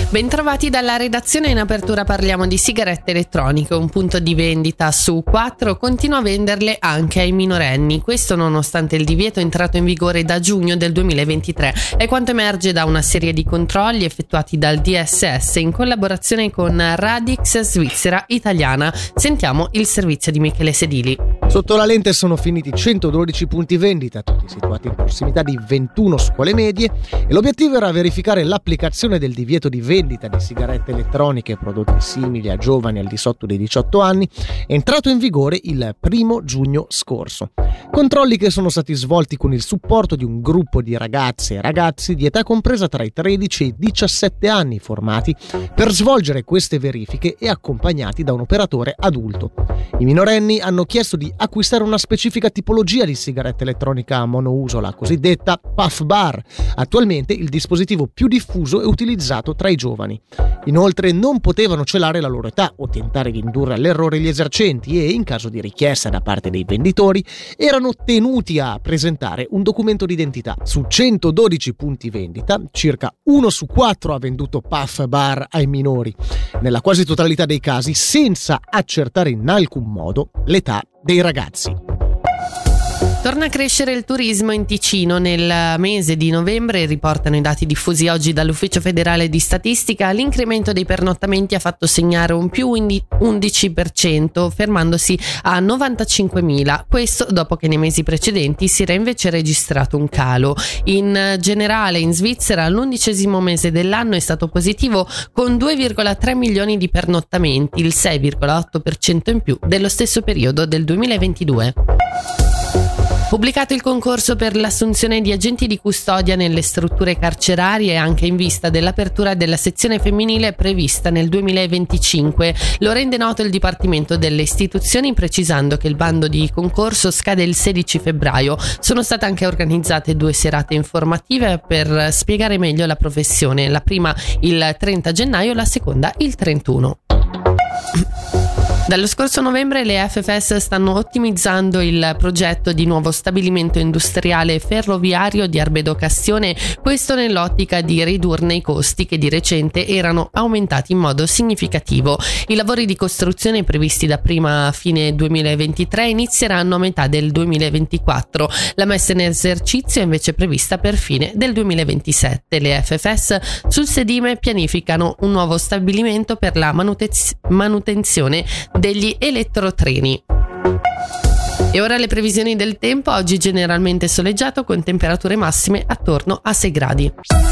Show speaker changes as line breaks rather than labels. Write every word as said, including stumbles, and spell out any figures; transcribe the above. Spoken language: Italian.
Bentrovati dalla redazione. In apertura parliamo di sigarette elettroniche. Un punto di vendita su quattro continua a venderle anche ai minorenni. Questo nonostante il divieto entrato in vigore da giugno del duemilaventitré. È quanto emerge da una serie di controlli effettuati dal D S S in collaborazione con Radix Svizzera Italiana. Sentiamo il servizio di Michele Sedili.
Sotto la lente sono finiti centododici punti vendita, tutti situati in prossimità di ventuno scuole medie, e l'obiettivo era verificare l'applicazione del divieto di vendita di sigarette elettroniche e prodotti simili a giovani al di sotto dei diciotto anni, entrato in vigore il primo giugno scorso. Controlli che sono stati svolti con il supporto di un gruppo di ragazze e ragazzi di età compresa tra i tredici e i diciassette anni, formati per svolgere queste verifiche e accompagnati da un operatore adulto. I minorenni hanno chiesto di acquistare una specifica tipologia di sigaretta elettronica monouso, la cosiddetta Puff Bar, attualmente il dispositivo più diffuso e utilizzato tra i giovani. Inoltre non potevano celare la loro età o tentare di indurre all'errore gli esercenti e, in caso di richiesta da parte dei venditori, erano tenuti a presentare un documento d'identità. Su centododici punti vendita, circa uno su quattro ha venduto Puff Bar ai minori, nella quasi totalità dei casi senza accertare in alcun modo l'età dei ragazzi.
Torna a crescere il turismo in Ticino. Nel mese di novembre, riportano i dati diffusi oggi dall'Ufficio Federale di Statistica, l'incremento dei pernottamenti ha fatto segnare un più undici per cento, fermandosi a novantacinquemila. Questo dopo che nei mesi precedenti si era invece registrato un calo. In generale in Svizzera l'undicesimo mese dell'anno è stato positivo con due virgola tre milioni di pernottamenti, il sei virgola otto per cento in più dello stesso periodo del duemilaventidue. Pubblicato il concorso per l'assunzione di agenti di custodia nelle strutture carcerarie, anche in vista dell'apertura della sezione femminile prevista nel duemilaventicinque. Lo rende noto il Dipartimento delle Istituzioni, precisando che il bando di concorso scade il sedici febbraio. Sono state anche organizzate due serate informative per spiegare meglio la professione, la prima il trenta gennaio, la seconda il trentuno. Dallo scorso novembre le F F S stanno ottimizzando il progetto di nuovo stabilimento industriale ferroviario di Arbedo Castione, questo nell'ottica di ridurne i costi che di recente erano aumentati in modo significativo. I lavori di costruzione previsti da prima a fine duemilaventitré inizieranno a metà del duemilaventiquattro. La messa in esercizio è invece prevista per fine del duemilaventisette. Le F F S sul sedime pianificano un nuovo stabilimento per la manutez- manutenzione degli elettrotreni. E ora le previsioni del tempo. Oggi generalmente soleggiato con temperature massime attorno a sei gradi.